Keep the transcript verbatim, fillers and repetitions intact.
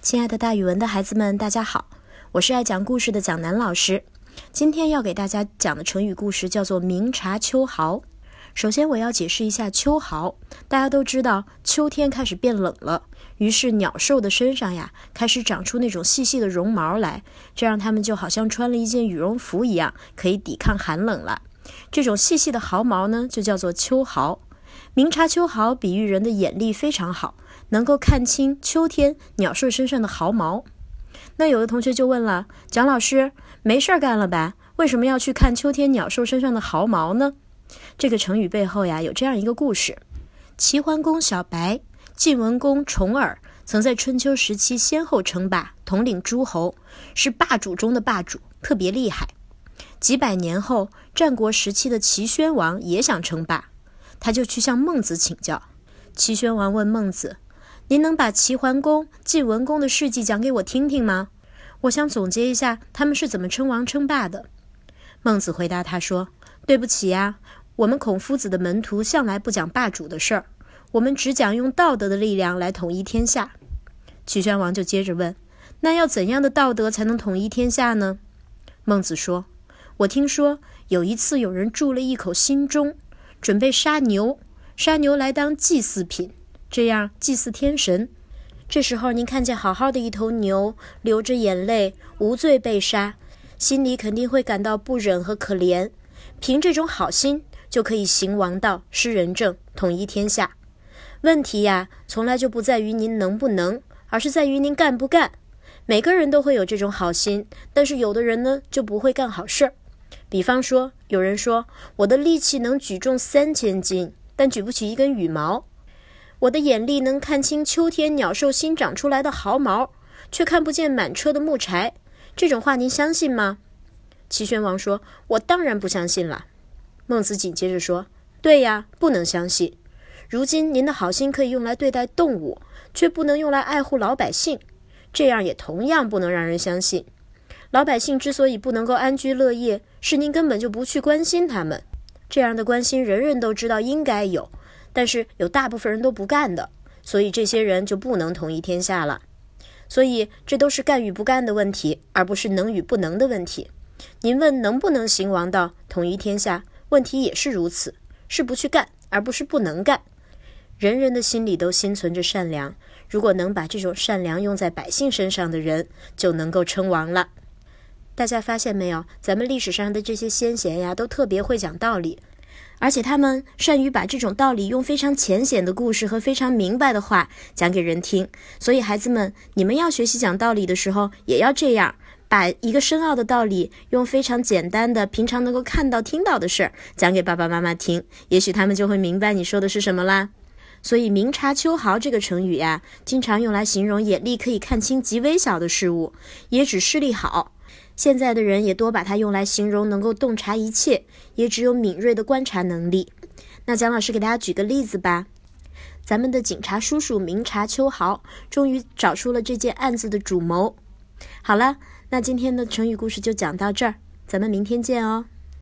亲爱的大语文的孩子们，大家好，我是爱讲故事的蒋楠老师。今天要给大家讲的成语故事叫做明察秋毫。首先我要解释一下秋毫。大家都知道秋天开始变冷了，于是鸟兽的身上呀开始长出那种细细的绒毛来，这样它们就好像穿了一件羽绒服一样，可以抵抗寒冷了。这种细细的毫毛呢就叫做秋毫。明察秋毫比喻人的眼力非常好，能够看清秋天鸟兽身上的毫毛。那有的同学就问了，蒋老师，没事干了吧？为什么要去看秋天鸟兽身上的毫毛呢？这个成语背后呀有这样一个故事。齐桓公小白、晋文公重耳曾在春秋时期先后称霸，统领诸侯，是霸主中的霸主，特别厉害。几百年后，战国时期的齐宣王也想称霸，他就去向孟子请教。齐宣王问孟子，您能把齐桓公、晋文公的事迹讲给我听听吗？我想总结一下他们是怎么称王称霸的。孟子回答他说，对不起呀，我们孔夫子的门徒向来不讲霸主的事儿，我们只讲用道德的力量来统一天下。齐宣王就接着问，那要怎样的道德才能统一天下呢？孟子说，我听说有一次有人铸了一口新钟，准备杀牛，杀牛来当祭祀品，这样祭祀天神。这时候您看见好好的一头牛流着眼泪无罪被杀，心里肯定会感到不忍和可怜，凭这种好心就可以行王道、施仁政、统一天下。问题呀从来就不在于您能不能，而是在于您干不干。每个人都会有这种好心，但是有的人呢就不会干好事儿。比方说，有人说，我的力气能举重三千斤，但举不起一根羽毛。我的眼力能看清秋天鸟兽新长出来的毫毛，却看不见满车的木柴。这种话您相信吗？齐宣王说，我当然不相信了。孟子紧接着说，对呀，不能相信。如今您的好心可以用来对待动物，却不能用来爱护老百姓，这样也同样不能让人相信。老百姓之所以不能够安居乐业，是您根本就不去关心他们。这样的关心人人都知道应该有，但是有大部分人都不干的，所以这些人就不能统一天下了。所以这都是干与不干的问题，而不是能与不能的问题。您问能不能行王道、统一天下，问题也是如此，是不去干，而不是不能干。人人的心里都心存着善良，如果能把这种善良用在百姓身上的人，就能够称王了。大家发现没有，咱们历史上的这些先贤呀，都特别会讲道理，而且他们善于把这种道理用非常浅显的故事和非常明白的话讲给人听。所以孩子们，你们要学习讲道理的时候，也要这样，把一个深奥的道理用非常简单的、平常能够看到、听到的事儿讲给爸爸妈妈听，也许他们就会明白你说的是什么啦。所以明察秋毫这个成语呀，经常用来形容眼力可以看清极微小的事物，也指视力好。现在的人也多把它用来形容能够洞察一切，也只有敏锐的观察能力。那蒋老师给大家举个例子吧。咱们的警察叔叔明察秋毫，终于找出了这件案子的主谋。好了，那今天的成语故事就讲到这儿，咱们明天见哦。